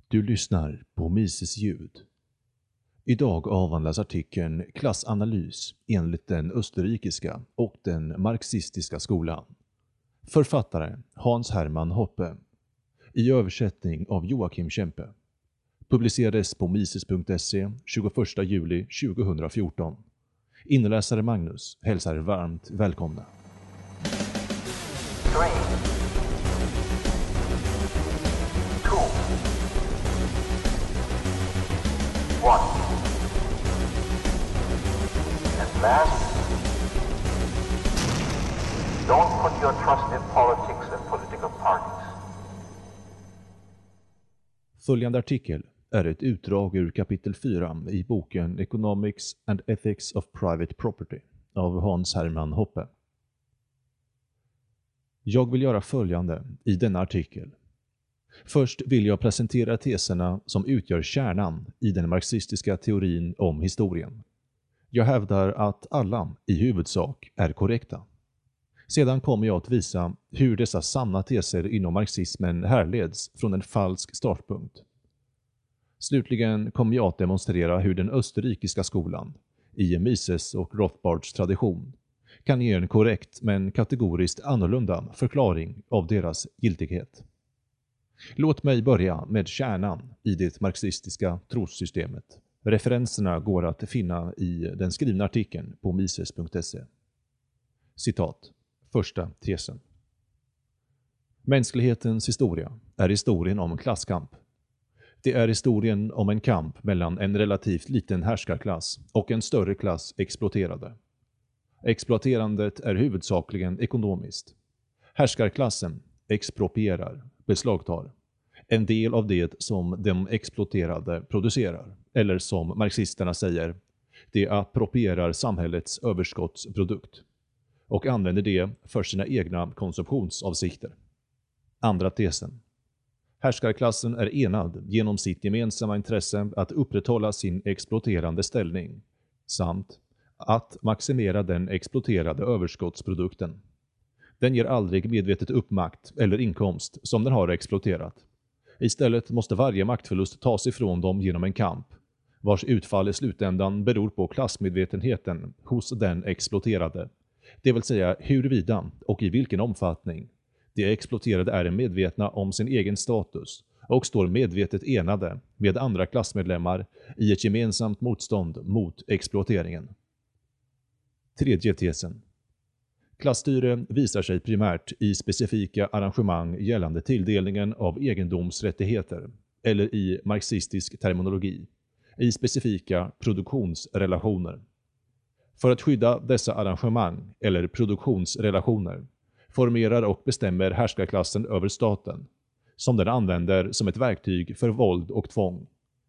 Du lyssnar på Mises ljud. Idag avhandlas artikeln Klassanalys enligt den österrikiska och den marxistiska skolan. Författare Hans Hermann Hoppe. I översättning av Joakim Kempe. Publicerades på mises.se 21 juli 2014. Inläsare Magnus hälsar varmt välkomna. 3, 2, 1. And last, don't put your trust in politics and political parties. Följande artikel är ett utdrag ur kapitel 4 i boken Economics and Ethics of Private Property av Hans Hermann Hoppe. Jag vill göra följande i denna artikel. Först vill jag presentera teserna som utgör kärnan i den marxistiska teorin om historien. Jag hävdar att alla i huvudsak är korrekta. Sedan kommer jag att visa hur dessa sanna teser inom marxismen härleds från en falsk startpunkt. Slutligen kommer jag att demonstrera hur den österrikiska skolan, i Mises och Rothbards tradition, kan ge en korrekt men kategoriskt annorlunda förklaring av deras giltighet. Låt mig börja med kärnan i det marxistiska trossystemet. Referenserna går att finna i den skrivna artikeln på mises.se. Citat. Första tesen. Mänsklighetens historia är historien om klasskamp. Det är historien om en kamp mellan en relativt liten härskarklass och en större klass exploaterade. Exploaterandet är huvudsakligen ekonomiskt. Härskarklassen exproprierar, beslagtar, en del av det som de exploaterade producerar, eller som marxisterna säger, det approprierar samhällets överskottsprodukt och använder det för sina egna konsumtionsavsikter. Andra tesen. Härskarklassen är enad genom sitt gemensamma intresse att upprätthålla sin exploaterande ställning samt att maximera den exploaterade överskottsprodukten. Den ger aldrig medvetet upp makt eller inkomst som den har exploaterat. Istället måste varje maktförlust tas ifrån dem genom en kamp, vars utfall i slutändan beror på klassmedvetenheten hos den exploaterade. Det vill säga huruvida och i vilken omfattning de exploaterade är medvetna om sin egen status och står medvetet enade med andra klassmedlemmar i ett gemensamt motstånd mot exploateringen. Tredje tesen. Klassstyre visar sig primärt i specifika arrangemang gällande tilldelningen av egendomsrättigheter eller i marxistisk terminologi, i specifika produktionsrelationer. För att skydda dessa arrangemang eller produktionsrelationer formerar och bestämmer härskarklassen över staten, som den använder som ett verktyg för våld och tvång.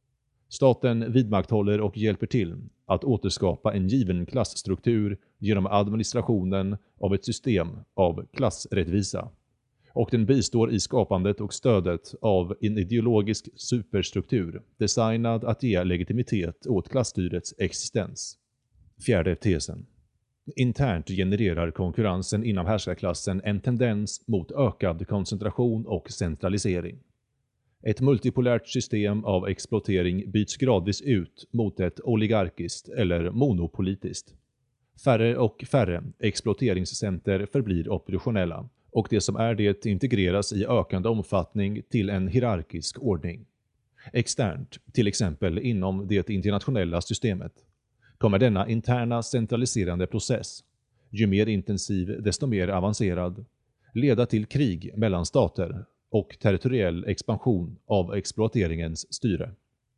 Staten vidmakthåller och hjälper till att återskapa en given klassstruktur genom administrationen av ett system av klassrättvisa, och den bistår i skapandet och stödet av en ideologisk superstruktur designad att ge legitimitet åt klassstyrets existens. Fjärde tesen. Internt genererar konkurrensen inom härskarklassen en tendens mot ökad koncentration och centralisering. Ett multipolärt system av exploatering byts gradvis ut mot ett oligarkiskt eller monopolitiskt. Färre och färre exploateringscenter förblir operationella och det som är det integreras i ökande omfattning till en hierarkisk ordning. Externt, till exempel inom det internationella systemet, kommer denna interna centraliserande process, ju mer intensiv desto mer avancerad, leda till krig mellan stater och territoriell expansion av exploateringens styre.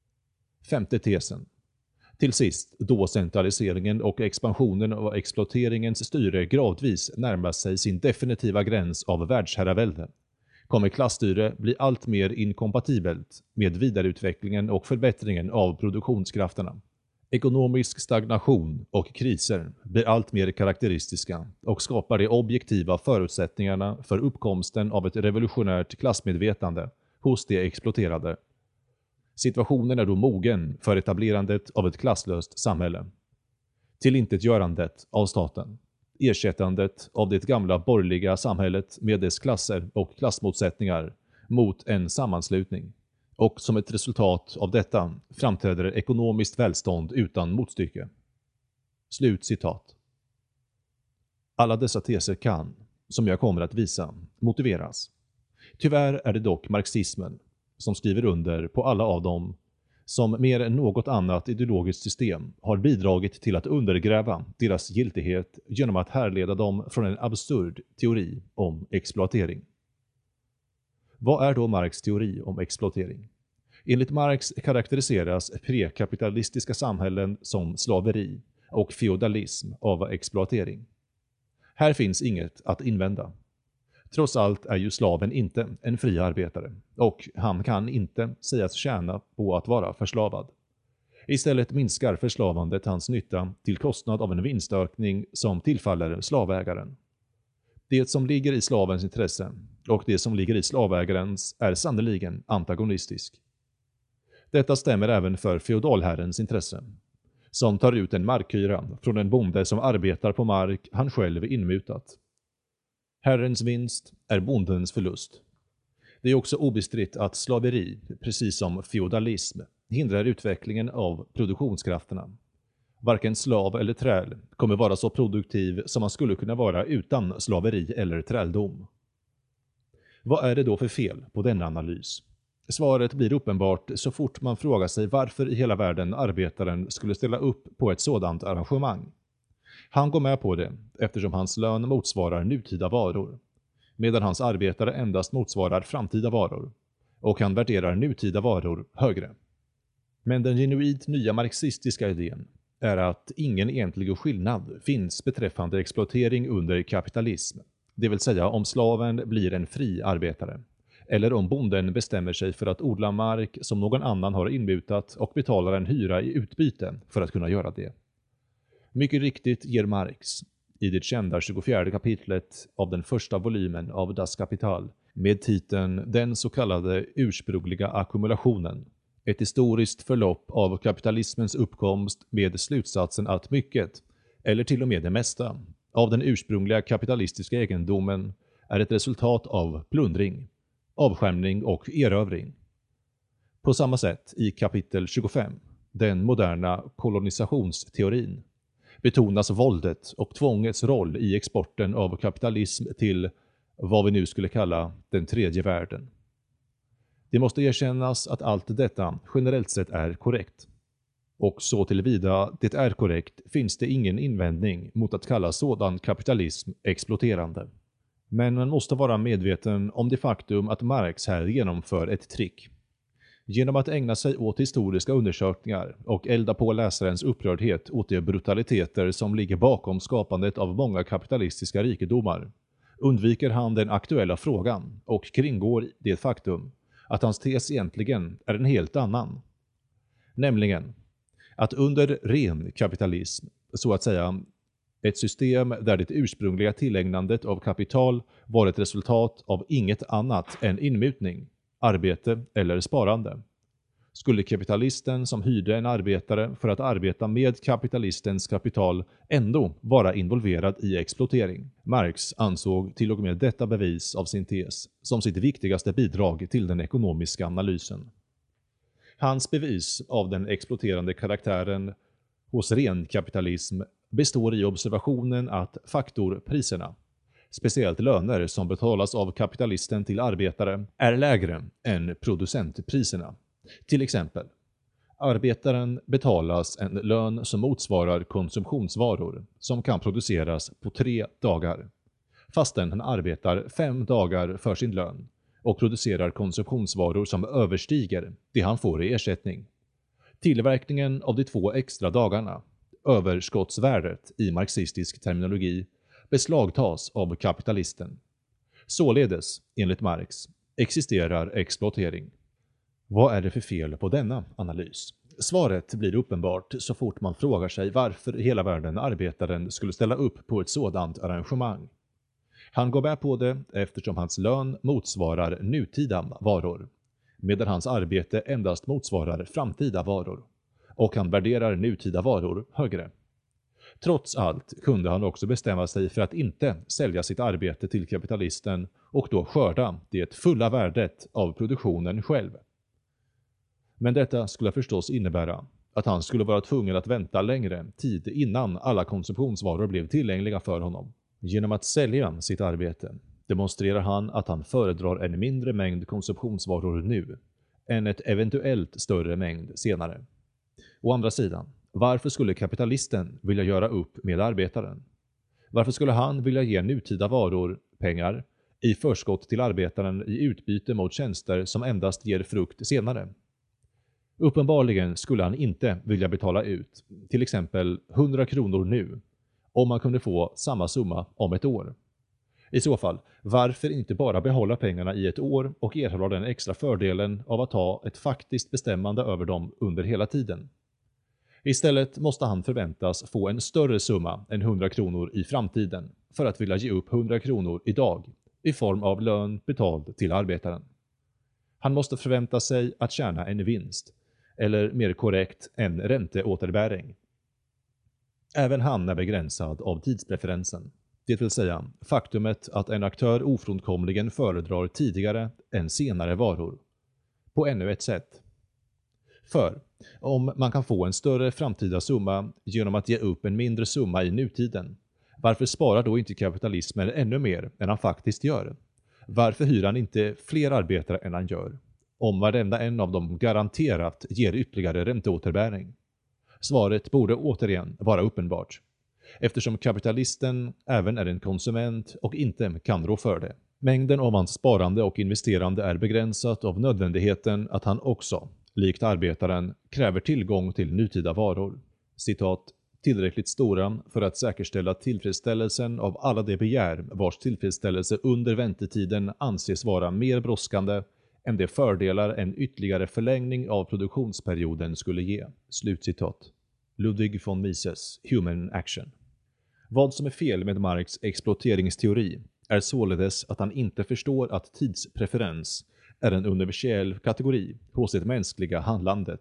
Femte tesen. Till sist, då centraliseringen och expansionen av exploateringens styre gradvis närmar sig sin definitiva gräns av världsherravälde, kommer klassstyre bli allt mer inkompatibelt med vidareutvecklingen och förbättringen av produktionskrafterna. Ekonomisk stagnation och kriser blir allt mer karaktäristiska och skapar de objektiva förutsättningarna för uppkomsten av ett revolutionärt klassmedvetande hos de exploaterade. Situationen är då mogen för etablerandet av ett klasslöst samhälle. Tillintetgörandet av staten, ersättandet av det gamla borgerliga samhället med dess klasser och klassmotsättningar mot en sammanslutning, Och som ett resultat av detta framträder ekonomiskt välstånd utan motstycke. Slut citat. Alla dessa teser kan, som jag kommer att visa, motiveras. Tyvärr är det dock marxismen som skriver under på alla av dem, som mer än något annat ideologiskt system har bidragit till att undergräva deras giltighet genom att härleda dem från en absurd teori om exploatering. Vad är då Marx teori om exploatering? Enligt Marx karaktäriseras prekapitalistiska samhällen som slaveri och feodalism av exploatering. Här finns inget att invända. Trots allt är ju slaven inte en fri arbetare och han kan inte sägas tjäna på att vara förslavad. Istället minskar förslavandet hans nytta till kostnad av en vinstökning som tillfaller slavägaren. Det som ligger i slavens intresse och det som ligger i slavägarens är sannoliken antagonistisk. Detta stämmer även för feodalherrens intresse, som tar ut en markhyra från en bonde som arbetar på mark han själv inmutat. Herrens vinst är bondens förlust. Det är också obestritt att slaveri, precis som feodalism, hindrar utvecklingen av produktionskrafterna. Varken slav eller träl kommer vara så produktiv som man skulle kunna vara utan slaveri eller träldom. Vad är det då för fel på denna analys? Svaret blir uppenbart så fort man frågar sig varför i hela världen arbetaren skulle ställa upp på ett sådant arrangemang. Han går med på det eftersom hans lön motsvarar nutida varor, medan hans arbetare endast motsvarar framtida varor, och han värderar nutida varor högre. Men den genuint nya marxistiska idén är att ingen egentlig skillnad finns beträffande exploatering under kapitalism, det vill säga om slaven blir en fri arbetare, eller om bonden bestämmer sig för att odla mark som någon annan har inmutat och betalar en hyra i utbyte för att kunna göra det. Mycket riktigt ger Marx, i det kända 24 kapitlet av den första volymen av Das Kapital, med titeln Den så kallade ursprungliga ackumulationen, ett historiskt förlopp av kapitalismens uppkomst med slutsatsen att mycket, eller till och med det mesta, av den ursprungliga kapitalistiska egendomen är ett resultat av plundring, avskärmning och erövring. På samma sätt i kapitel 25, den moderna kolonisationsteorin, betonas våldet och tvångets roll i exporten av kapitalism till vad vi nu skulle kalla den tredje världen. Det måste erkännas att allt detta generellt sett är korrekt. Och så tillvida det är korrekt finns det ingen invändning mot att kalla sådan kapitalism exploaterande. Men man måste vara medveten om det faktum att Marx här genomför ett trick. Genom att ägna sig åt historiska undersökningar och elda på läsarens upprördhet åt de brutaliteter som ligger bakom skapandet av många kapitalistiska rikedomar, undviker han den aktuella frågan och kringgår det faktum att hans tes egentligen är en helt annan. Nämligen att under ren kapitalism, så att säga ett system där det ursprungliga tillägnandet av kapital var ett resultat av inget annat än inmutning, arbete eller sparande, skulle kapitalisten som hyrde en arbetare för att arbeta med kapitalistens kapital ändå vara involverad i exploatering. Marx ansåg till och med detta bevis av sin tes som sitt viktigaste bidrag till den ekonomiska analysen. Hans bevis av den exploaterande karaktären hos ren kapitalism består i observationen att faktorpriserna, speciellt löner som betalas av kapitalisten till arbetare, är lägre än producentpriserna. Till exempel, arbetaren betalas en lön som motsvarar konsumtionsvaror som kan produceras på 3 dagar, fastän han arbetar 5 dagar för sin lön och producerar konsumtionsvaror som överstiger det han får i ersättning. Tillverkningen av de 2 extra dagarna, överskottsvärdet i marxistisk terminologi, beslagtas av kapitalisten. Således, enligt Marx, existerar exploatering. Vad är det för fel på denna analys? Svaret blir uppenbart så fort man frågar sig varför i hela världen arbetaren skulle ställa upp på ett sådant arrangemang. Han går med på det eftersom hans lön motsvarar nutida varor, medan hans arbete endast motsvarar framtida varor, och han värderar nutida varor högre. Trots allt kunde han också bestämma sig för att inte sälja sitt arbete till kapitalisten och då skörda det fulla värdet av produktionen själv. Men detta skulle förstås innebära att han skulle vara tvungen att vänta längre tid innan alla konsumtionsvaror blev tillgängliga för honom. Genom att sälja sitt arbete demonstrerar han att han föredrar en mindre mängd konsumtionsvaror nu än ett eventuellt större mängd senare. Å andra sidan, varför skulle kapitalisten vilja göra upp med arbetaren? Varför skulle han vilja ge nutida varor, pengar, i förskott till arbetaren i utbyte mot tjänster som endast ger frukt senare? Uppenbarligen skulle han inte vilja betala ut, till exempel 100 kronor nu, om man kunde få samma summa om ett år. I så fall, varför inte bara behålla pengarna i ett år och erhålla den extra fördelen av att ha ett faktiskt bestämmande över dem under hela tiden? Istället måste han förväntas få en större summa än 100 kronor i framtiden för att vilja ge upp 100 kronor idag i form av lön betald till arbetaren. Han måste förvänta sig att tjäna en vinst, eller mer korrekt en ränteåterbäring. Även han är begränsad av tidspreferensen, det vill säga faktumet att en aktör ofrånkomligen föredrar tidigare än senare varor. På ännu ett sätt. För om man kan få en större framtida summa genom att ge upp en mindre summa i nutiden, varför sparar då inte kapitalismen ännu mer än han faktiskt gör? Varför hyr han inte fler arbetare än han gör, om varenda en av dem garanterat ger ytterligare ränteåterbäring? Svaret borde återigen vara uppenbart, eftersom kapitalisten även är en konsument och inte kan rå för det. Mängden av hans sparande och investerande är begränsat av nödvändigheten att han också, likt arbetaren, kräver tillgång till nutida varor. Citat, tillräckligt stora för att säkerställa tillfredsställelsen av alla de begär vars tillfredsställelse under väntetiden anses vara mer brådskande än de fördelar en ytterligare förlängning av produktionsperioden skulle ge. Slutcitat. Ludwig von Mises, Human Action. Vad som är fel med Marx exploateringsteori är således att han inte förstår att tidspreferens är en universell kategori hos det mänskliga handlandet.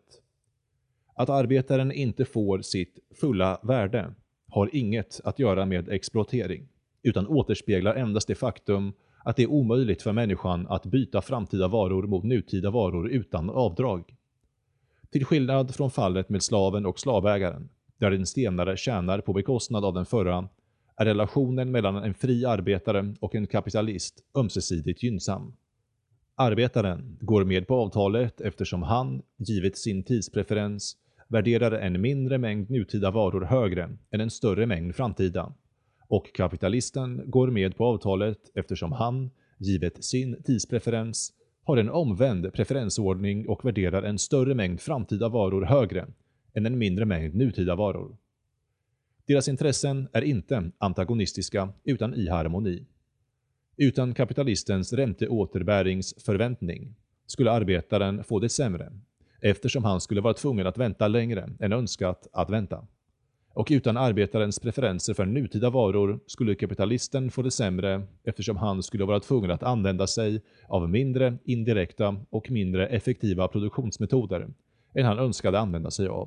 Att arbetaren inte får sitt fulla värde har inget att göra med exploatering, utan återspeglar endast det faktum att det är omöjligt för människan att byta framtida varor mot nutida varor utan avdrag. Till skillnad från fallet med slaven och slavägaren, där den senare tjänar på bekostnad av den förra, är relationen mellan en fri arbetare och en kapitalist ömsesidigt gynnsam. Arbetaren går med på avtalet eftersom han, givet sin tidspreferens, värderar en mindre mängd nutida varor högre än en större mängd framtida. Och kapitalisten går med på avtalet eftersom han, givet sin tidspreferens, har en omvänd preferensordning och värderar en större mängd framtida varor högre än en mindre mängd nutida varor. Deras intressen är inte antagonistiska utan i harmoni. Utan kapitalistens ränteåterbäringsförväntning skulle arbetaren få det sämre, eftersom han skulle vara tvungen att vänta längre än önskat att vänta. Och utan arbetarens preferenser för nutida varor skulle kapitalisten få det sämre, eftersom han skulle vara tvungen att använda sig av mindre indirekta och mindre effektiva produktionsmetoder än han önskade använda sig av.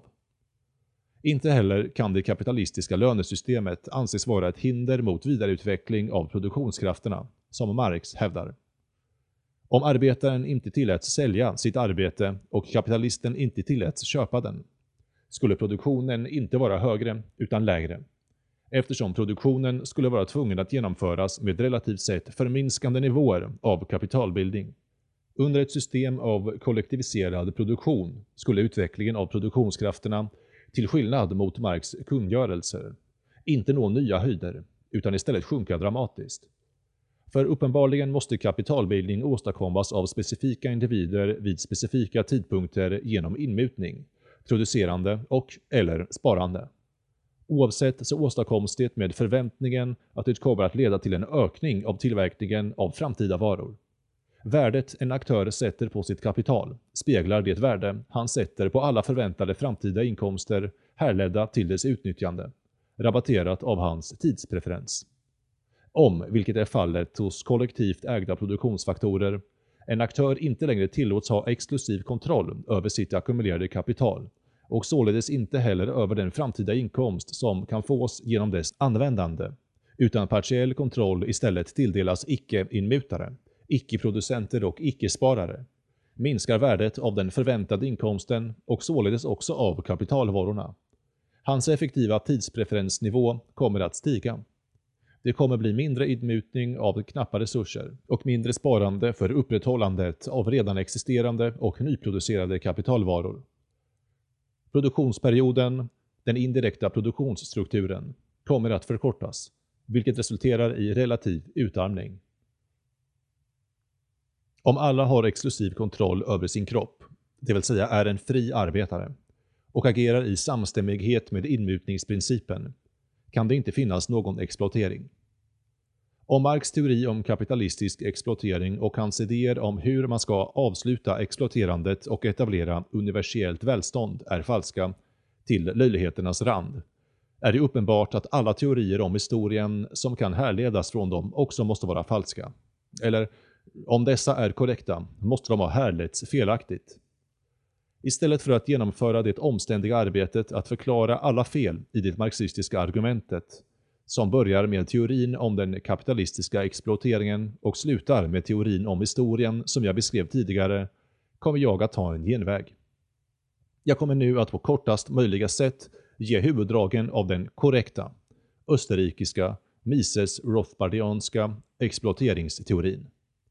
Inte heller kan det kapitalistiska lönesystemet anses vara ett hinder mot vidareutveckling av produktionskrafterna, som Marx hävdar. Om arbetaren inte tilläts sälja sitt arbete och kapitalisten inte tilläts köpa den, skulle produktionen inte vara högre utan lägre, eftersom produktionen skulle vara tvungen att genomföras med relativt sett förminskande nivåer av kapitalbildning. Under ett system av kollektiviserad produktion skulle utvecklingen av produktionskrafterna, till skillnad mot Marx kungörelser, inte nå nya höjder utan istället sjunka dramatiskt. För uppenbarligen måste kapitalbildning åstadkommas av specifika individer vid specifika tidpunkter genom inmutning, producerande och eller sparande. Oavsett så åstadkoms det med förväntningen att det kommer att leda till en ökning av tillverkningen av framtida varor. Värdet en aktör sätter på sitt kapital speglar det värde han sätter på alla förväntade framtida inkomster härledda till dess utnyttjande, rabatterat av hans tidspreferens. Om, vilket är fallet hos kollektivt ägda produktionsfaktorer, en aktör inte längre tillåts ha exklusiv kontroll över sitt ackumulerade kapital och således inte heller över den framtida inkomst som kan fås genom dess användande, utan partiell kontroll istället tilldelas icke-inmutare, icke-producenter och icke-sparare, minskar värdet av den förväntade inkomsten och således också av kapitalvarorna. Hans effektiva tidspreferensnivå kommer att stiga. Det kommer bli mindre inmutning av knappa resurser och mindre sparande för upprätthållandet av redan existerande och nyproducerade kapitalvaror. Produktionsperioden, den indirekta produktionsstrukturen, kommer att förkortas, vilket resulterar i relativ utarmning. Om alla har exklusiv kontroll över sin kropp, det vill säga är en fri arbetare, och agerar i samstämmighet med inmutningsprincipen, kan det inte finnas någon exploatering. Om Marx teori om kapitalistisk exploatering och hans idéer om hur man ska avsluta exploaterandet och etablera universellt välstånd är falska till löjligheternas rand, är det uppenbart att alla teorier om historien som kan härledas från dem också måste vara falska. Eller, om dessa är korrekta, måste de ha härletts felaktigt. Istället för att genomföra det omständiga arbetet att förklara alla fel i det marxistiska argumentet, som börjar med teorin om den kapitalistiska exploateringen och slutar med teorin om historien som jag beskrev tidigare, kommer jag att ta en genväg. Jag kommer nu att på kortast möjliga sätt ge huvuddragen av den korrekta, österrikiska, Mises-Rothbardianska exploateringsteorin.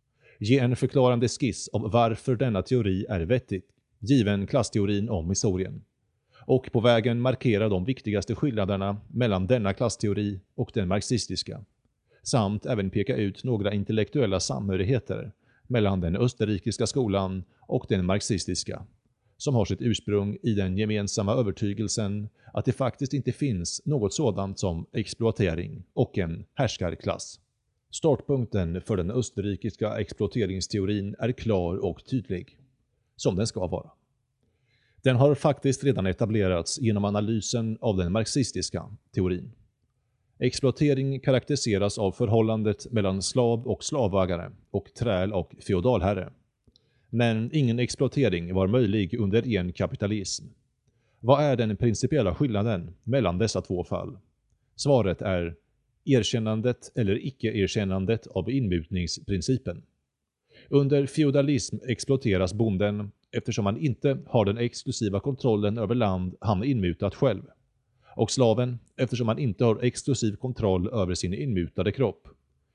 Ge en förklarande skiss om varför denna teori är vettig, given klassteorin om historien. Och på vägen markera de viktigaste skillnaderna mellan denna klassteori och den marxistiska. Samt även peka ut några intellektuella samhörigheter mellan den österrikiska skolan och den marxistiska, som har sitt ursprung i den gemensamma övertygelsen att det faktiskt inte finns något sådant som exploatering och en härskarklass. Startpunkten för den österrikiska exploateringsteorin är klar och tydlig, som den ska vara. Den har faktiskt redan etablerats genom analysen av den marxistiska teorin. Exploatering karaktäriseras av förhållandet mellan slav och slavägare och träl och feodalherre. Men ingen exploatering var möjlig under en kapitalism. Vad är den principiella skillnaden mellan dessa två fall? Svaret är erkännandet eller icke-erkännandet av inmutningsprincipen. Under feodalism exploateras bonden eftersom man inte har den exklusiva kontrollen över land han inmutat själv. Och slaven eftersom man inte har exklusiv kontroll över sin inmutade kropp.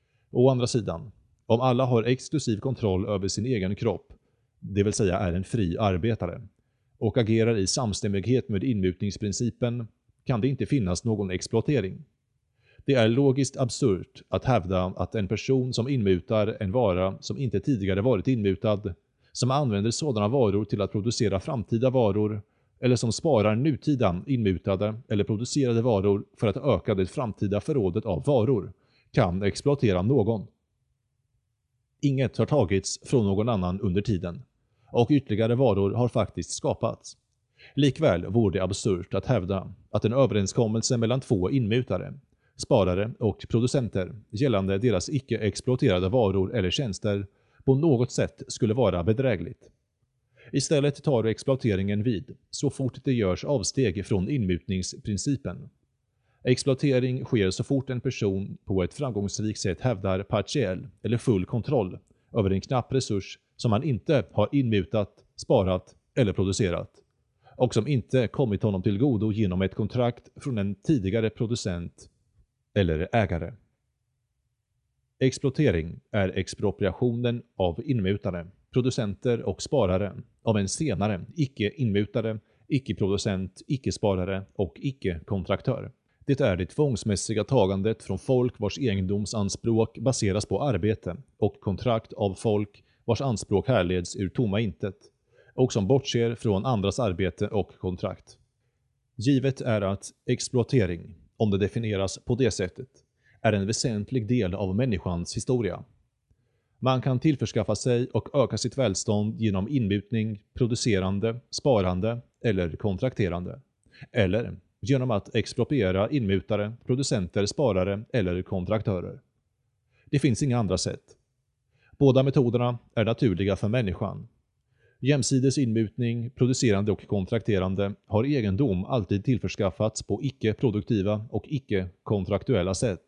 Å andra sidan, om alla har exklusiv kontroll över sin egen kropp, det vill säga är en fri arbetare, och agerar i samstämmighet med inmutningsprincipen, kan det inte finnas någon exploatering. Det är logiskt absurt att hävda att en person som inmutar en vara som inte tidigare varit inmutad, som använder sådana varor till att producera framtida varor, eller som sparar nutida inmutade eller producerade varor för att öka det framtida förrådet av varor, kan exploatera någon. Inget har tagits från någon annan under tiden, och ytterligare varor har faktiskt skapats. Likväl vore det absurt att hävda att en överenskommelse mellan två inmutare, sparare och producenter gällande deras icke-exploaterade varor eller tjänster på något sätt skulle vara bedrägligt. Istället tar exploateringen vid så fort det görs avsteg från inmutningsprincipen. Exploatering sker så fort en person på ett framgångsrikt sätt hävdar partiell eller full kontroll över en knapp resurs som man inte har inmutat, sparat eller producerat, och som inte kommit honom till godo genom ett kontrakt från en tidigare producent eller ägare. Exploatering är expropriationen av inmutare, producenter och sparare av en senare icke-inmutare, icke-producent, icke-sparare och icke-kontraktör. Det är det tvångsmässiga tagandet från folk vars egendomsanspråk baseras på arbete och kontrakt av folk vars anspråk härleds ur tomma intet och som bortser från andras arbete och kontrakt. Givet är att exploatering, om det definieras på det sättet, är en väsentlig del av människans historia. Man kan tillförskaffa sig och öka sitt välstånd genom inmutning, producerande, sparande eller kontrakterande. Eller genom att expropriera inmutare, producenter, sparare eller kontraktörer. Det finns inga andra sätt. Båda metoderna är naturliga för människan. Jämsides inmutning, producerande och kontrakterande har egendom alltid tillförskaffats på icke-produktiva och icke-kontraktuella sätt.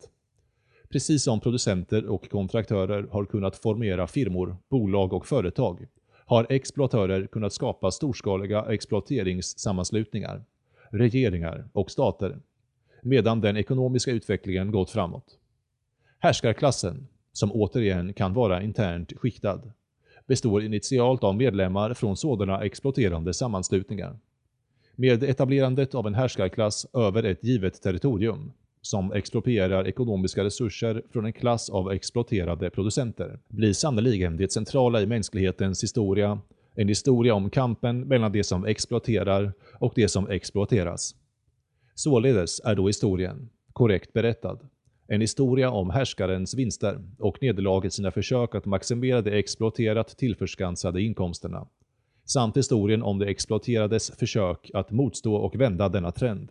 Precis som producenter och kontraktörer har kunnat formera firmor, bolag och företag har exploatörer kunnat skapa storskaliga exploateringssammanslutningar, regeringar och stater, medan den ekonomiska utvecklingen gått framåt. Härskarklassen, som återigen kan vara internt skiktad, består initialt av medlemmar från sådana exploaterande sammanslutningar. Med etablerandet av en härskarklass över ett givet territorium, som exproprierar ekonomiska resurser från en klass av exploaterade producenter, blir sannoliken det centrala i mänsklighetens historia en historia om kampen mellan det som exploaterar och det som exploateras. Således är då historien, korrekt berättad, en historia om härskarens vinster och nederlag i sina försök att maximera de exploaterat tillförskansade inkomsterna, samt historien om de exploaterades försök att motstå och vända denna trend.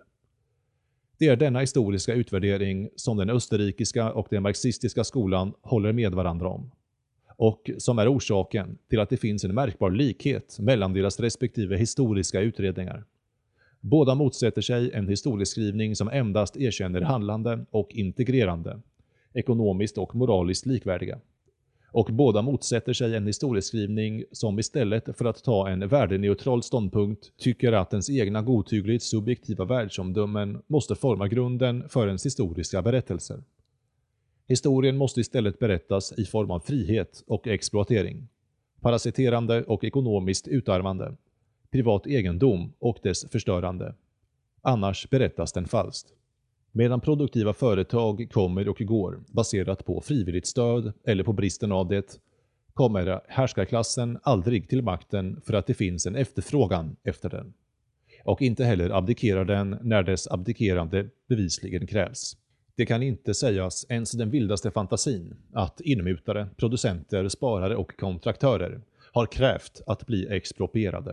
Det är denna historiska utvärdering som den österrikiska och den marxistiska skolan håller med varandra om, och som är orsaken till att det finns en märkbar likhet mellan deras respektive historiska utredningar. Båda motsätter sig en historieskrivning som endast erkänner handlande och integrerande, ekonomiskt och moraliskt likvärdiga. Och båda motsätter sig en historieskrivning som istället för att ta en värdeneutral ståndpunkt tycker att ens egna godtyckligt subjektiva världsomdömen måste forma grunden för ens historiska berättelser. Historien måste istället berättas i form av frihet och exploatering, parasiterande och ekonomiskt utarmande, privat egendom och dess förstörande. Annars berättas den falskt. Medan produktiva företag kommer och går baserat på frivilligt stöd eller på bristen av det, kommer härskarklassen aldrig till makten för att det finns en efterfrågan efter den. Och inte heller abdikerar den när dess abdikerande bevisligen krävs. Det kan inte sägas ens den vildaste fantasin att inmutare, producenter, sparare och kontraktörer har krävt att bli exproprierade.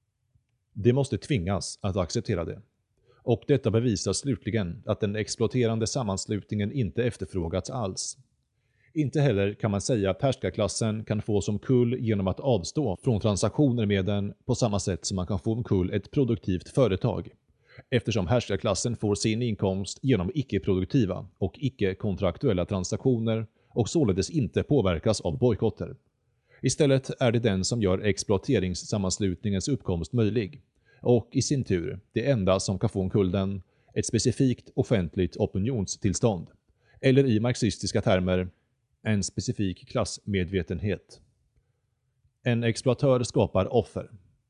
De måste tvingas att acceptera det. Och detta bevisar slutligen att den exploaterande sammanslutningen inte efterfrågats alls. Inte heller kan man säga att härskarklassen kan få som kull genom att avstå från transaktioner med den på samma sätt som man kan få omkull ett produktivt företag, eftersom härskarklassen får sin inkomst genom icke-produktiva och icke-kontraktuella transaktioner och således inte påverkas av bojkotter. Istället är det den som gör exploateringssammanslutningens uppkomst möjlig, och i sin tur det enda som kan få omkull den, ett specifikt offentligt opinionstillstånd, eller i marxistiska termer, en specifik klassmedvetenhet. En exploatör skapar offer,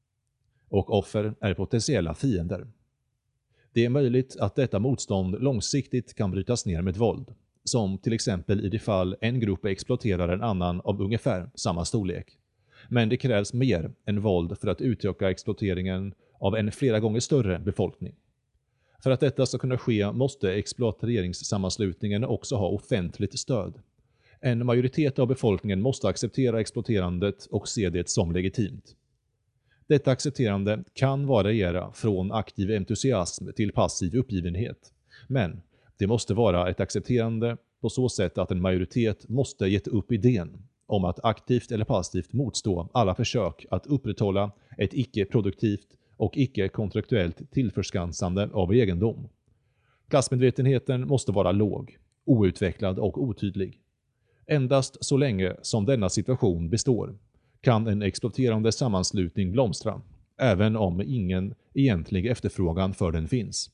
och offer är potentiella fiender. Det är möjligt att detta motstånd långsiktigt kan brytas ner med våld, som till exempel i det fall en grupp exploaterar en annan av ungefär samma storlek. Men det krävs mer än våld för att utöka exploateringen av en flera gånger större befolkning. För att detta ska kunna ske måste exploateringssammanslutningen också ha offentligt stöd. En majoritet av befolkningen måste acceptera exploaterandet och se det som legitimt. Detta accepterande kan variera från aktiv entusiasm till passiv uppgivenhet, men det måste vara ett accepterande på så sätt att en majoritet måste gett upp idén om att aktivt eller passivt motstå alla försök att upprätthålla ett icke-produktivt och icke-kontraktuellt tillförskansande av egendom. Klassmedvetenheten måste vara låg, outvecklad och otydlig. Endast så länge som denna situation består kan en exploaterande sammanslutning blomstra, även om ingen egentlig efterfrågan för den finns.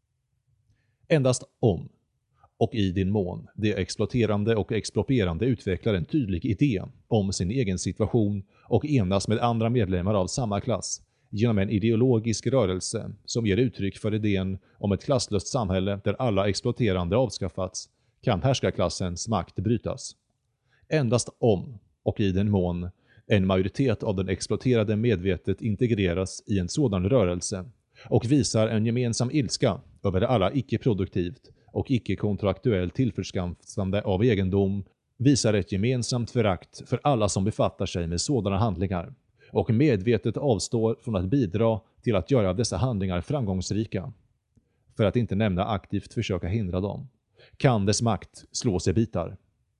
Endast om, och i din mån, det exploaterande och exproprierande utvecklar en tydlig idé om sin egen situation och enas med andra medlemmar av samma klass genom en ideologisk rörelse som ger uttryck för idén om ett klasslöst samhälle där alla exploaterande avskaffats, kan härskarklassens makt brytas. Endast om, och i den mån, en majoritet av den exploaterade medvetet integreras i en sådan rörelse och visar en gemensam ilska över alla icke-produktivt och icke-kontraktuellt tillförskansande av egendom, visar ett gemensamt förakt för alla som befattar sig med sådana handlingar och medvetet avstår från att bidra till att göra dessa handlingar framgångsrika, för att inte nämna aktivt försöka hindra dem, kan dess makt slås i bitar.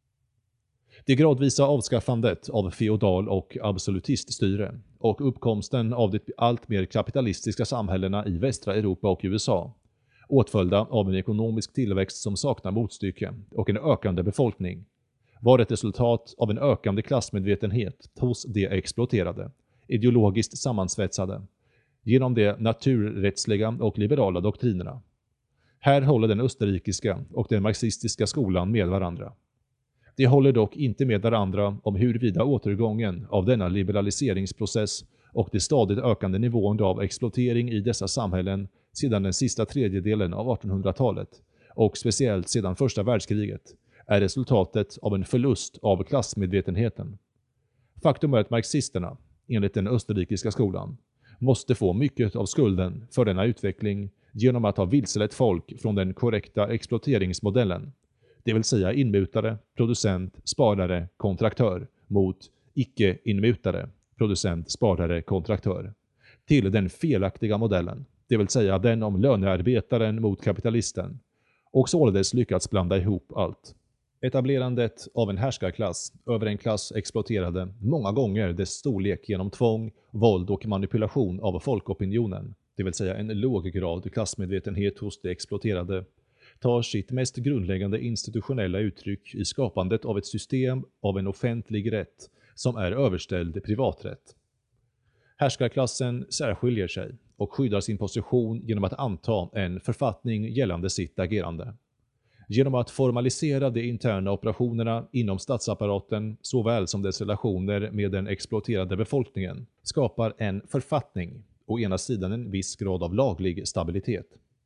Det gradvisa avskaffandet av feodal- och absolutiststyre och uppkomsten av de allt mer kapitalistiska samhällena i västra Europa och USA, åtföljda av en ekonomisk tillväxt som saknar motstycke och en ökande befolkning, var ett resultat av en ökande klassmedvetenhet hos de exploaterade, ideologiskt sammansvetsade, genom de naturrättsliga och liberala doktrinerna. Här håller den österrikiska och den marxistiska skolan med varandra. De håller dock inte med varandra om huruvida återgången av denna liberaliseringsprocess och det stadigt ökande nivån av exploatering i dessa samhällen sedan den sista tredjedelen av 1800-talet och speciellt sedan första världskriget är resultatet av en förlust av klassmedvetenheten. Faktum är att marxisterna, enligt den österrikiska skolan, måste få mycket av skulden för denna utveckling genom att ha vilselett folk från den korrekta exploateringsmodellen, det vill säga inmutare, producent, sparare, kontraktör, mot icke-inmutare, producent, sparare, kontraktör, till den felaktiga modellen, det vill säga den om lönearbetaren mot kapitalisten, och således lyckats blanda ihop allt. Etablerandet av en härskarklass över en klass exploaterade många gånger dess storlek genom tvång, våld och manipulation av folkopinionen, det vill säga en låg grad klassmedvetenhet hos de exploaterade, tar sitt mest grundläggande institutionella uttryck i skapandet av ett system av en offentlig rätt som är överställd privaträtt. Härskarklassen särskiljer sig och skyddar sin position genom att anta en författning gällande sitt agerande. Genom att formalisera de interna operationerna inom statsapparaten såväl som dess relationer med den exploaterade befolkningen skapar en författning å ena sidan en viss grad av laglig stabilitet.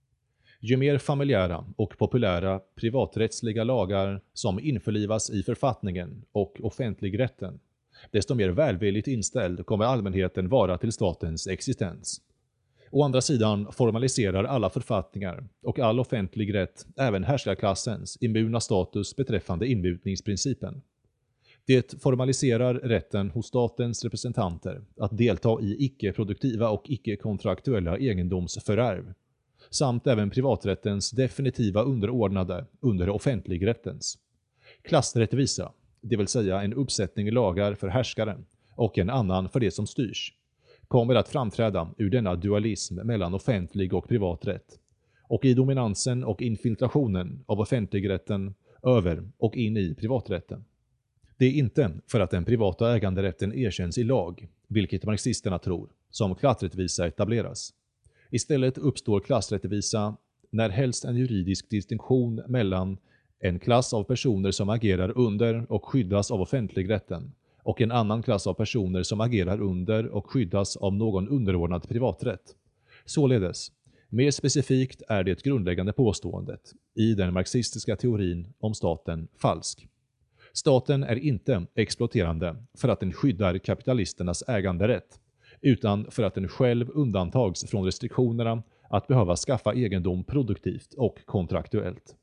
Ju mer familjära och populära privaträttsliga lagar som införlivas i författningen och offentligrätten, desto mer välvilligt inställd kommer allmänheten vara till statens existens. Å andra sidan formaliserar alla författningar och all offentlig rätt även härskarklassens immuna status beträffande inmutningsprincipen. Det formaliserar rätten hos statens representanter att delta i icke-produktiva och icke-kontraktuella egendomsförvärv, samt även privaträttens definitiva underordnade under offentligrättens. Klassrättvisa, det vill säga en uppsättning lagar för härskaren och en annan för det som styrs, kommer att framträda ur denna dualism mellan offentlig och privat rätt, och i dominansen och infiltrationen av offentligrätten över och in i privaträtten. Det är inte för att den privata äganderätten erkänns i lag, vilket marxisterna tror, som klassrättvisa etableras. Istället uppstår klassrättvisa när helst en juridisk distinktion mellan en klass av personer som agerar under och skyddas av offentligrätten och en annan klass av personer som agerar under och skyddas av någon underordnad privaträtt. Således, mer specifikt är det grundläggande påståendet i den marxistiska teorin om staten falsk. Staten är inte exploaterande för att den skyddar kapitalisternas äganderätt, utan för att den själv undantags från restriktionerna att behöva skaffa egendom produktivt och kontraktuellt.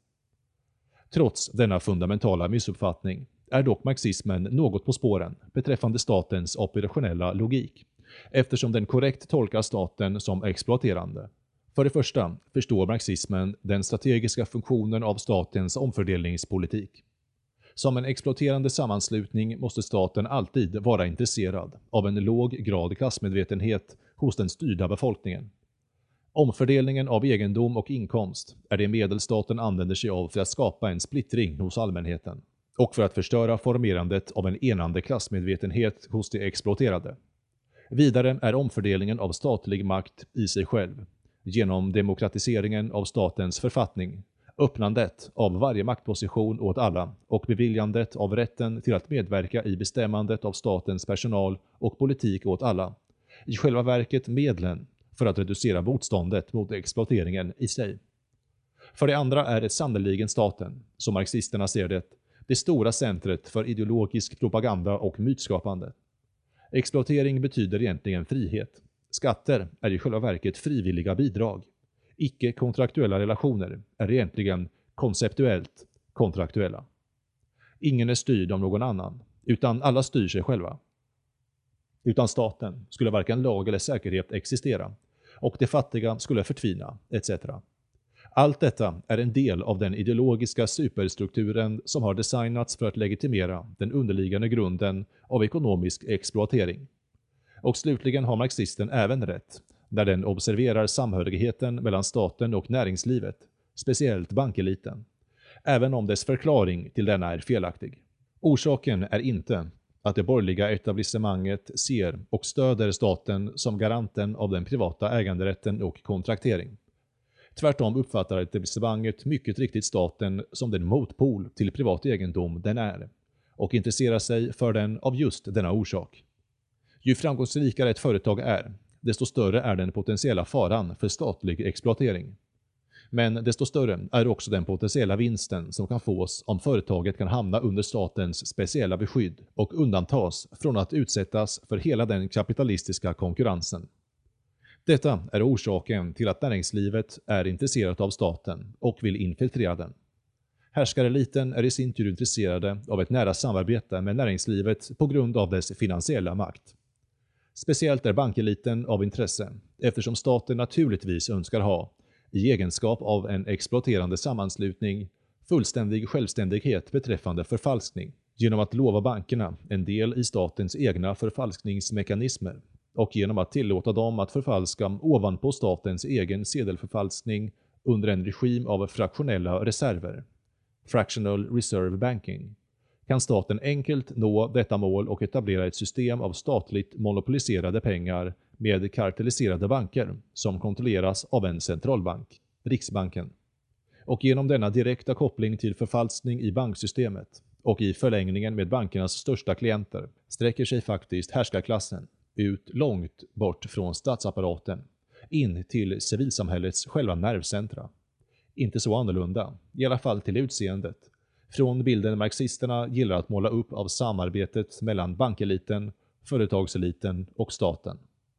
Trots denna fundamentala missuppfattning är dock marxismen något på spåren beträffande statens operationella logik, eftersom den korrekt tolkar staten som exploaterande. För det första förstår marxismen den strategiska funktionen av statens omfördelningspolitik. Som en exploaterande sammanslutning måste staten alltid vara intresserad av en låg grad klassmedvetenhet hos den styrda befolkningen. Omfördelningen av egendom och inkomst är det medel staten använder sig av för att skapa en splittring hos allmänheten och för att förstöra formerandet av en enande klassmedvetenhet hos de exploaterade. Vidare är omfördelningen av statlig makt i sig själv, genom demokratiseringen av statens författning, öppnandet av varje maktposition åt alla och beviljandet av rätten till att medverka i bestämmandet av statens personal och politik åt alla, i själva verket medlen för att reducera motståndet mot exploateringen i sig. För det andra är det sannoliken staten, som marxisterna ser det stora centret för ideologisk propaganda och mytskapande. Exploatering betyder egentligen frihet. Skatter är i själva verket frivilliga bidrag. Icke-kontraktuella relationer är egentligen konceptuellt kontraktuella. Ingen är styrd av någon annan, utan alla styr sig själva. Utan staten skulle varken lag eller säkerhet existera, och de fattiga skulle förtvina, etc. Allt detta är en del av den ideologiska superstrukturen som har designats för att legitimera den underliggande grunden av ekonomisk exploatering. Och slutligen har marxisten även rätt när den observerar samhörigheten mellan staten och näringslivet, speciellt bankeliten, även om dess förklaring till denna är felaktig. Orsaken är inte att det borgerliga etablissemanget ser och stöder staten som garanten av den privata äganderätten och kontraktering. Tvärtom uppfattar etablissemanget mycket riktigt staten som den motpol till privat egendom den är och intresserar sig för den av just denna orsak. Ju framgångsrikare ett företag är, desto större är den potentiella faran för statlig exploatering. Men desto större är också den potentiella vinsten som kan fås om företaget kan hamna under statens speciella beskydd och undantas från att utsättas för hela den kapitalistiska konkurrensen. Detta är orsaken till att näringslivet är intresserat av staten och vill infiltrera den. Härskareliten är i sin tur intresserade av ett nära samarbete med näringslivet på grund av dess finansiella makt. Speciellt är bankeliten av intresse eftersom staten naturligtvis önskar ha, i egenskap av en exploaterande sammanslutning, fullständig självständighet beträffande förfalskning genom att lova bankerna en del i statens egna förfalskningsmekanismer och genom att tillåta dem att förfalska ovanpå statens egen sedelförfalskning under en regim av fraktionella reserver, fractional reserve banking, kan staten enkelt nå detta mål och etablera ett system av statligt monopoliserade pengar med kartelliserade banker som kontrolleras av en centralbank, Riksbanken. Och genom denna direkta koppling till förfalskning i banksystemet och i förlängningen med bankernas största klienter sträcker sig faktiskt härskarklassen ut långt bort från statsapparaten, in till civilsamhällets själva nervcentra. Inte så annorlunda, i alla fall till utseendet, från bilden marxisterna gillar att måla upp av samarbetet mellan bankeliten, företagseliten och staten.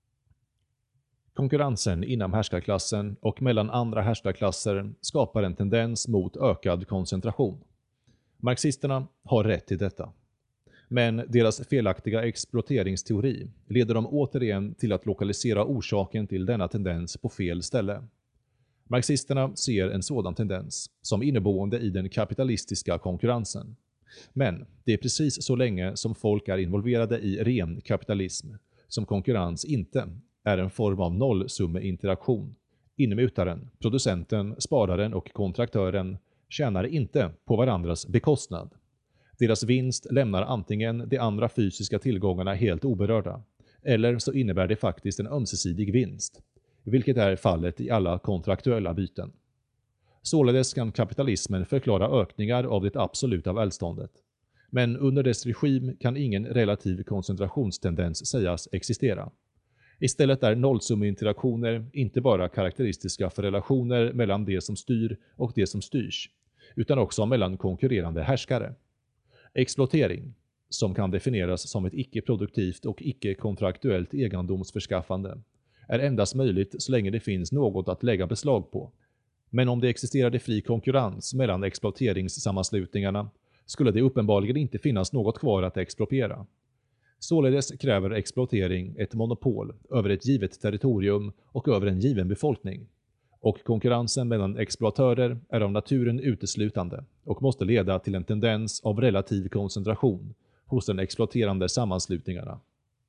Konkurrensen inom härskarklassen och mellan andra härskarklasser skapar en tendens mot ökad koncentration. Marxisterna har rätt till detta. Men deras felaktiga exploateringsteori leder dem återigen till att lokalisera orsaken till denna tendens på fel ställe. Marxisterna ser en sådan tendens som inneboende i den kapitalistiska konkurrensen. Men det är precis så länge som folk är involverade i ren kapitalism som konkurrens inte är en form av nollsummeinteraktion. Innemutaren, producenten, spararen och kontraktören tjänar inte på varandras bekostnad. Deras vinst lämnar antingen de andra fysiska tillgångarna helt oberörda, eller så innebär det faktiskt en ömsesidig vinst, vilket är fallet i alla kontraktuella byten. Således kan kapitalismen förklara ökningar av det absoluta välståndet. Men under dess regim kan ingen relativ koncentrationstendens sägas existera. Istället är nollsummeinteraktioner inte bara karaktäristiska för relationer mellan det som styr och det som styrs, utan också mellan konkurrerande härskare. Exploatering, som kan definieras som ett icke-produktivt och icke-kontraktuellt egendomsförskaffande, är endast möjligt så länge det finns något att lägga beslag på. Men om det existerade fri konkurrens mellan exploateringssammanslutningarna skulle det uppenbarligen inte finnas något kvar att expropriera. Således kräver exploatering ett monopol över ett givet territorium och över en given befolkning. Och konkurrensen mellan exploatörer är av naturen uteslutande och måste leda till en tendens av relativ koncentration hos den exploaterande sammanslutningarna.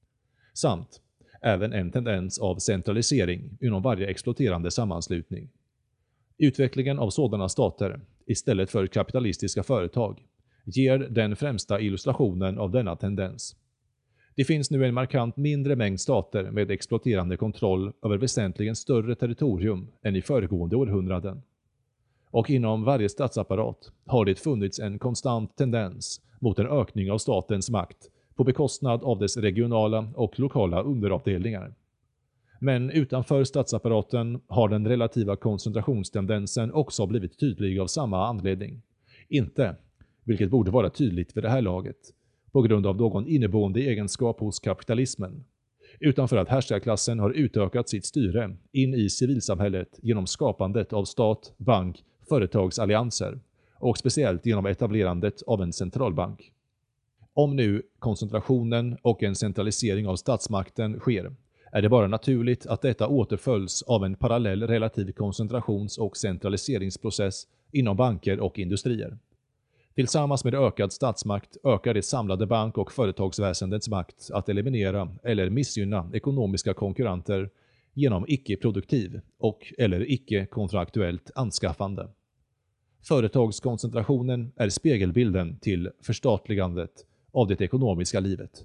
Samt även en tendens av centralisering inom varje exploaterande sammanslutning. Utvecklingen av sådana stater, istället för kapitalistiska företag, ger den främsta illustrationen av denna tendens. Det finns nu en markant mindre mängd stater med exploaterande kontroll över väsentligen större territorium än i föregående århundraden. Och inom varje statsapparat har det funnits en konstant tendens mot en ökning av statens makt på bekostnad av dess regionala och lokala underavdelningar. Men utanför statsapparaten har den relativa koncentrationstendensen också blivit tydlig av samma anledning. Inte, vilket borde vara tydligt vid det här laget, på grund av någon inneboende egenskap hos kapitalismen, utan för att härskarklassen har utökat sitt styre in i civilsamhället genom skapandet av stat, bank, företagsallianser och speciellt genom etablerandet av en centralbank. Om nu koncentrationen och en centralisering av statsmakten sker, är det bara naturligt att detta återföljs av en parallell relativ koncentrations- och centraliseringsprocess inom banker och industrier. Tillsammans med ökad statsmakt ökar det samlade bank- och företagsväsendets makt att eliminera eller missgynna ekonomiska konkurrenter genom icke-produktiv och eller icke-kontraktuellt anskaffande. Företagskoncentrationen är spegelbilden till förstatligandet av det ekonomiska livet.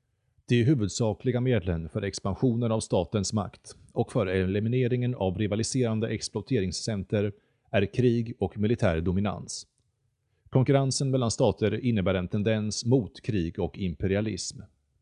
De huvudsakliga medlen för expansionen av statens makt och för elimineringen av rivaliserande exploateringscenter är krig och militär dominans. Konkurrensen mellan stater innebär en tendens mot krig och imperialism.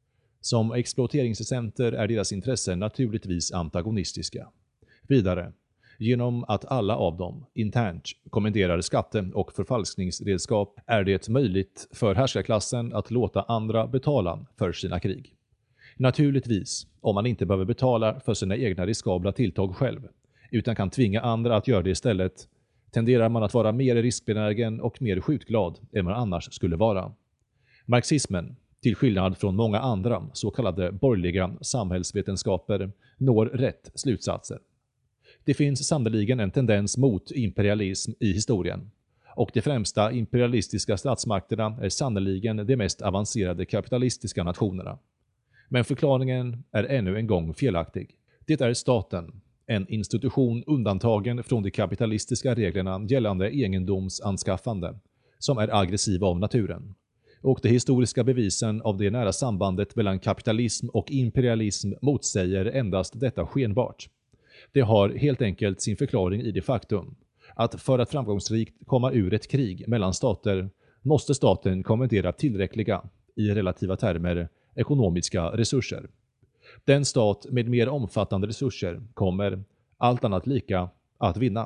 Som exploateringscenter är deras intressen naturligtvis antagonistiska. Vidare, genom att alla av dem internt kommenderar skatte- och förfalskningsredskap är det möjligt för härskarklassen att låta andra betala för sina krig. Naturligtvis, om man inte behöver betala för sina egna riskabla tilltag själv, utan kan tvinga andra att göra det istället, tenderar man att vara mer riskbenägen och mer skjutglad än man annars skulle vara. Marxismen, till skillnad från många andra så kallade borgerliga samhällsvetenskaper, når rätt slutsatser. Det finns sannoliken en tendens mot imperialism i historien, och de främsta imperialistiska statsmakterna är sannoliken de mest avancerade kapitalistiska nationerna. Men förklaringen är ännu en gång felaktig. Det är staten, en institution undantagen från de kapitalistiska reglerna gällande egendomsanskaffande, som är aggressiv av naturen. Och de historiska bevisen av det nära sambandet mellan kapitalism och imperialism motsäger endast detta skenbart. Det har helt enkelt sin förklaring i det faktum att för att framgångsrikt komma ur ett krig mellan stater måste staten kommendera tillräckliga, i relativa termer, ekonomiska resurser. Den stat med mer omfattande resurser kommer, allt annat lika, att vinna.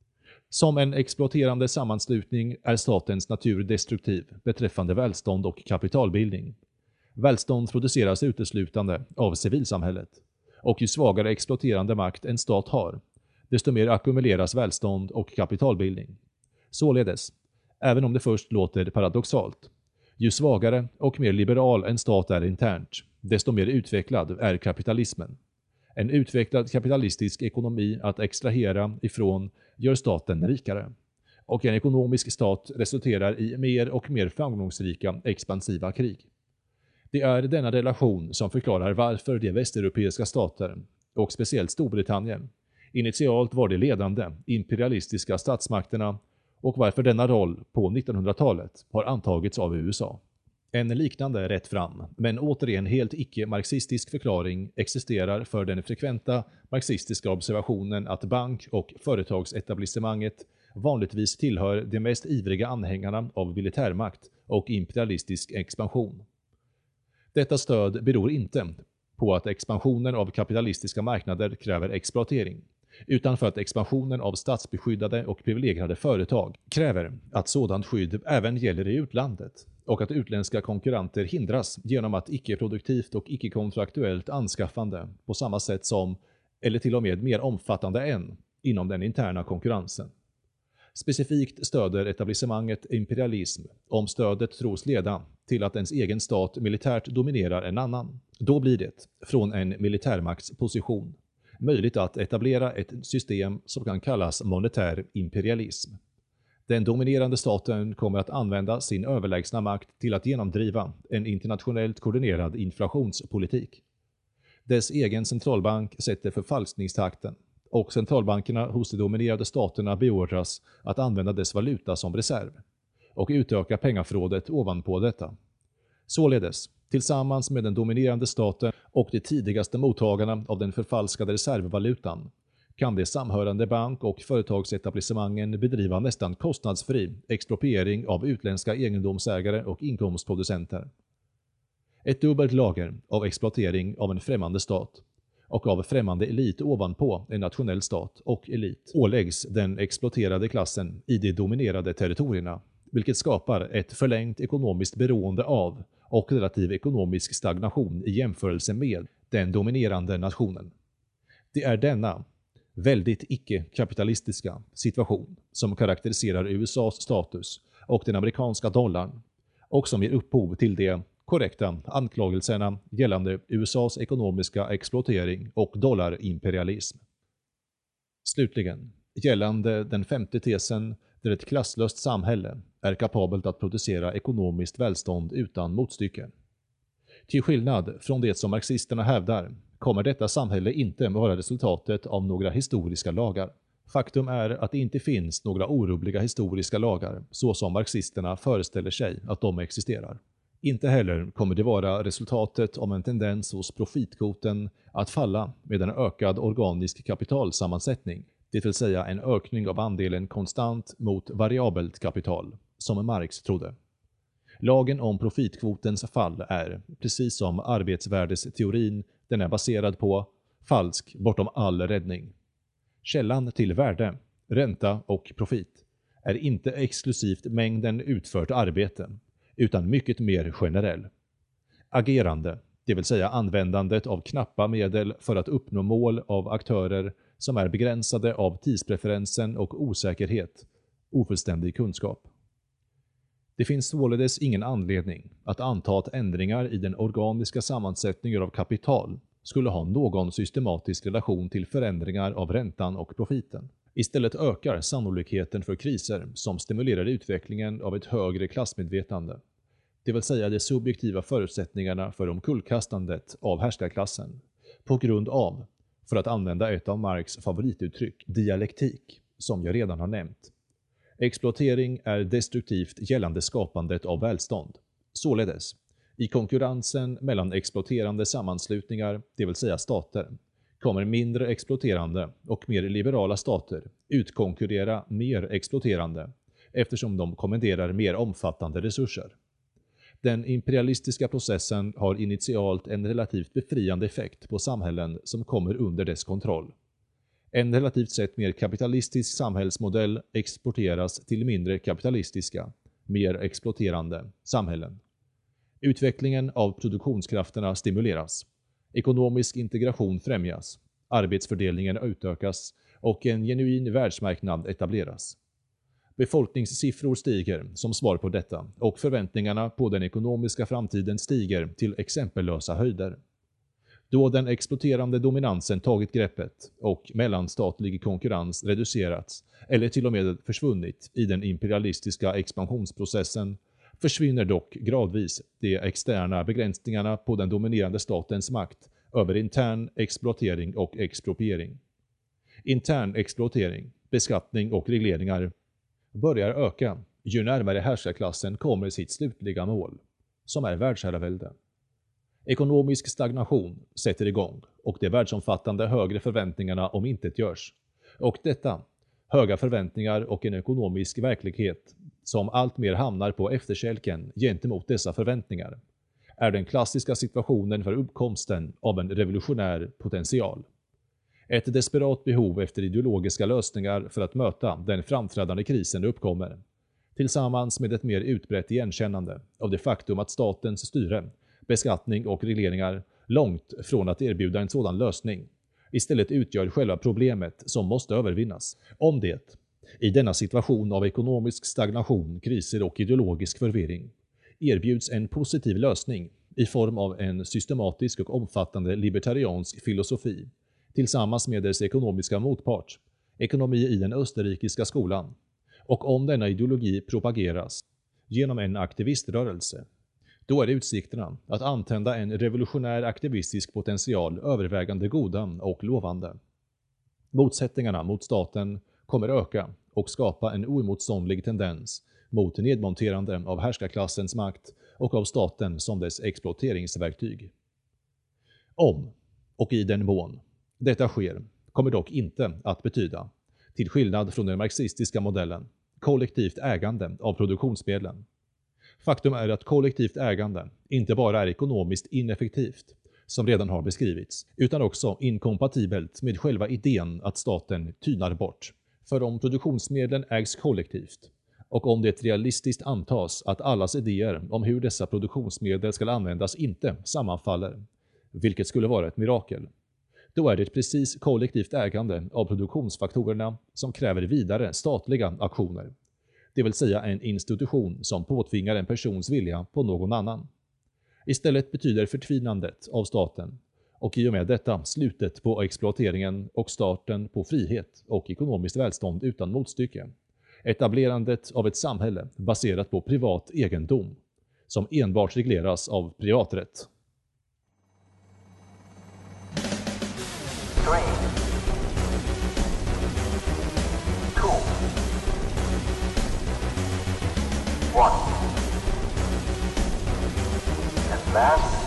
Som en exploaterande sammanslutning är statens natur destruktiv beträffande välstånd och kapitalbildning. Välstånd produceras uteslutande av civilsamhället, och ju svagare exploaterande makt en stat har, desto mer ackumuleras välstånd och kapitalbildning. Således, även om det först låter paradoxalt, ju svagare och mer liberal en stat är internt, desto mer utvecklad är kapitalismen. En utvecklad kapitalistisk ekonomi att extrahera ifrån gör staten rikare, och en ekonomisk stat resulterar i mer och mer framgångsrika expansiva krig. Det är denna relation som förklarar varför de västeuropeiska stater, och speciellt Storbritannien, initialt var de ledande imperialistiska statsmakterna och varför denna roll på 1900-talet har antagits av USA. En liknande rätt fram, men återigen helt icke-marxistisk förklaring existerar för den frekventa marxistiska observationen att bank- och företagsetablissemanget vanligtvis tillhör de mest ivriga anhängarna av militärmakt och imperialistisk expansion. Detta stöd beror inte på att expansionen av kapitalistiska marknader kräver exploatering, utan för att expansionen av statsbeskyddade och privilegierade företag kräver att sådant skydd även gäller i utlandet, och att utländska konkurrenter hindras genom att icke-produktivt och icke-kontraktuellt anskaffande på samma sätt som, eller till och med mer omfattande än, inom den interna konkurrensen. Specifikt stöder etablissemanget imperialism om stödet tros leda till att ens egen stat militärt dominerar en annan. Då blir det, från en militärmaktsposition, möjligt att etablera ett system som kan kallas monetär imperialism. Den dominerande staten kommer att använda sin överlägsna makt till att genomdriva en internationellt koordinerad inflationspolitik. Dess egen centralbank sätter förfalskningstakten, och centralbankerna hos de dominerade staterna beordras att använda dess valuta som reserv och utöka pengaförrådet ovanpå detta. Således, tillsammans med den dominerande staten och de tidigaste mottagarna av den förfalskade reservvalutan, kan de samhörande bank- och företagsetablissemangen bedriva nästan kostnadsfri expropriering av utländska egendomsägare och inkomstproducenter. Ett dubbelt lager av exploatering av en främmande stat och av främmande elit ovanpå en nationell stat och elit åläggs den exploaterade klassen i de dominerade territorierna, vilket skapar ett förlängt ekonomiskt beroende av och relativ ekonomisk stagnation i jämförelse med den dominerande nationen. Det är denna väldigt icke-kapitalistiska situation som karaktäriserar USAs status och den amerikanska dollarn, och som ger upphov till de korrekta anklagelserna gällande USAs ekonomiska exploatering och dollarimperialism. Slutligen, gällande den femte tesen där ett klasslöst samhälle är kapabelt att producera ekonomiskt välstånd utan motstycke. Till skillnad från det som marxisterna hävdar kommer detta samhälle inte vara resultatet av några historiska lagar, Faktum är att det inte finns några orubbliga historiska lagar så som marxisterna föreställer sig att de existerar. Inte heller kommer det vara resultatet av en tendens hos profitkvoten att falla med en ökad organisk kapitalsammansättning, det vill säga en ökning av andelen konstant mot variabelt kapital, som Marx trodde. Lagen om profitkvotens fall är, precis som arbetsvärdesteorin den är baserad på, falsk bortom all räddning. Källan till värde, ränta och profit är inte exklusivt mängden utfört arbete, utan mycket mer generell. Agerande, det vill säga användandet av knappa medel för att uppnå mål av aktörer som är begränsade av tidspreferensen och osäkerhet, ofullständig kunskap. Det finns således ingen anledning att anta att ändringar i den organiska sammansättningen av kapital skulle ha någon systematisk relation till förändringar av räntan och profiten. Istället ökar sannolikheten för kriser som stimulerar utvecklingen av ett högre klassmedvetande, det vill säga de subjektiva förutsättningarna för omkullkastandet av härskarklassen, på grund av, för att använda ett av Marx favorituttryck, dialektik, som jag redan har nämnt. Exploatering är destruktivt gällande skapandet av välstånd. Således, i konkurrensen mellan exploaterande sammanslutningar, det vill säga stater, kommer mindre exploaterande och mer liberala stater utkonkurrera mer exploaterande eftersom de kommenderar mer omfattande resurser. Den imperialistiska processen har initialt en relativt befriande effekt på samhällen som kommer under dess kontroll. En relativt sett mer kapitalistisk samhällsmodell exporteras till mindre kapitalistiska, mer exploaterande samhällen. Utvecklingen av produktionskrafterna stimuleras. Ekonomisk integration främjas, arbetsfördelningen utökas och en genuin världsmarknad etableras. Befolkningssiffror stiger som svar på detta och förväntningarna på den ekonomiska framtiden stiger till exempellösa höjder. Då den exploaterande dominansen tagit greppet och mellanstatlig konkurrens reducerats eller till och med försvunnit i den imperialistiska expansionsprocessen försvinner dock gradvis de externa begränsningarna på den dominerande statens makt över intern exploatering och expropriering. Intern exploatering, beskattning och regleringar börjar öka ju närmare härskarklassen kommer sitt slutliga mål, som är världsherravälde. Ekonomisk stagnation sätter igång och de världsomfattande högre förväntningarna omintetgörs. Och detta, höga förväntningar och en ekonomisk verklighet som allt mer hamnar på efterkälken gentemot dessa förväntningar, är den klassiska situationen för uppkomsten av en revolutionär potential. Ett desperat behov efter ideologiska lösningar för att möta den framträdande krisen uppkommer, tillsammans med ett mer utbrett igenkännande av det faktum att statens styre, beskattning och regleringar långt från att erbjuda en sådan lösning istället utgör själva problemet som måste övervinnas. Om det, i denna situation av ekonomisk stagnation, kriser och ideologisk förvirring, erbjuds en positiv lösning i form av en systematisk och omfattande libertariansk filosofi, tillsammans med dess ekonomiska motpart, ekonomi i den österrikiska skolan, och om denna ideologi propageras genom en aktiviströrelse, då är utsikterna att antända en revolutionär aktivistisk potential övervägande goda och lovande. Motsättningarna mot staten kommer öka och skapa en oemotståndlig tendens mot nedmonterande av härskarklassens makt och av staten som dess exploateringsverktyg. Om, och i den mån, detta sker kommer dock inte att betyda, till skillnad från den marxistiska modellen, kollektivt ägande av produktionsmedlen. Faktum är att kollektivt ägande inte bara är ekonomiskt ineffektivt, som redan har beskrivits, utan också inkompatibelt med själva idén att staten tynar bort. För om produktionsmedlen ägs kollektivt, och om det realistiskt antas att allas idéer om hur dessa produktionsmedel ska användas inte sammanfaller, vilket skulle vara ett mirakel, då är det precis kollektivt ägande av produktionsfaktorerna som kräver vidare statliga aktioner. Det vill säga en institution som påtvingar en persons vilja på någon annan. Istället betyder förtvinandet av staten, och i och med detta slutet på exploateringen och starten på frihet och ekonomiskt välstånd utan motstycke, etablerandet av ett samhälle baserat på privat egendom, som enbart regleras av privaträtt. 3. Mass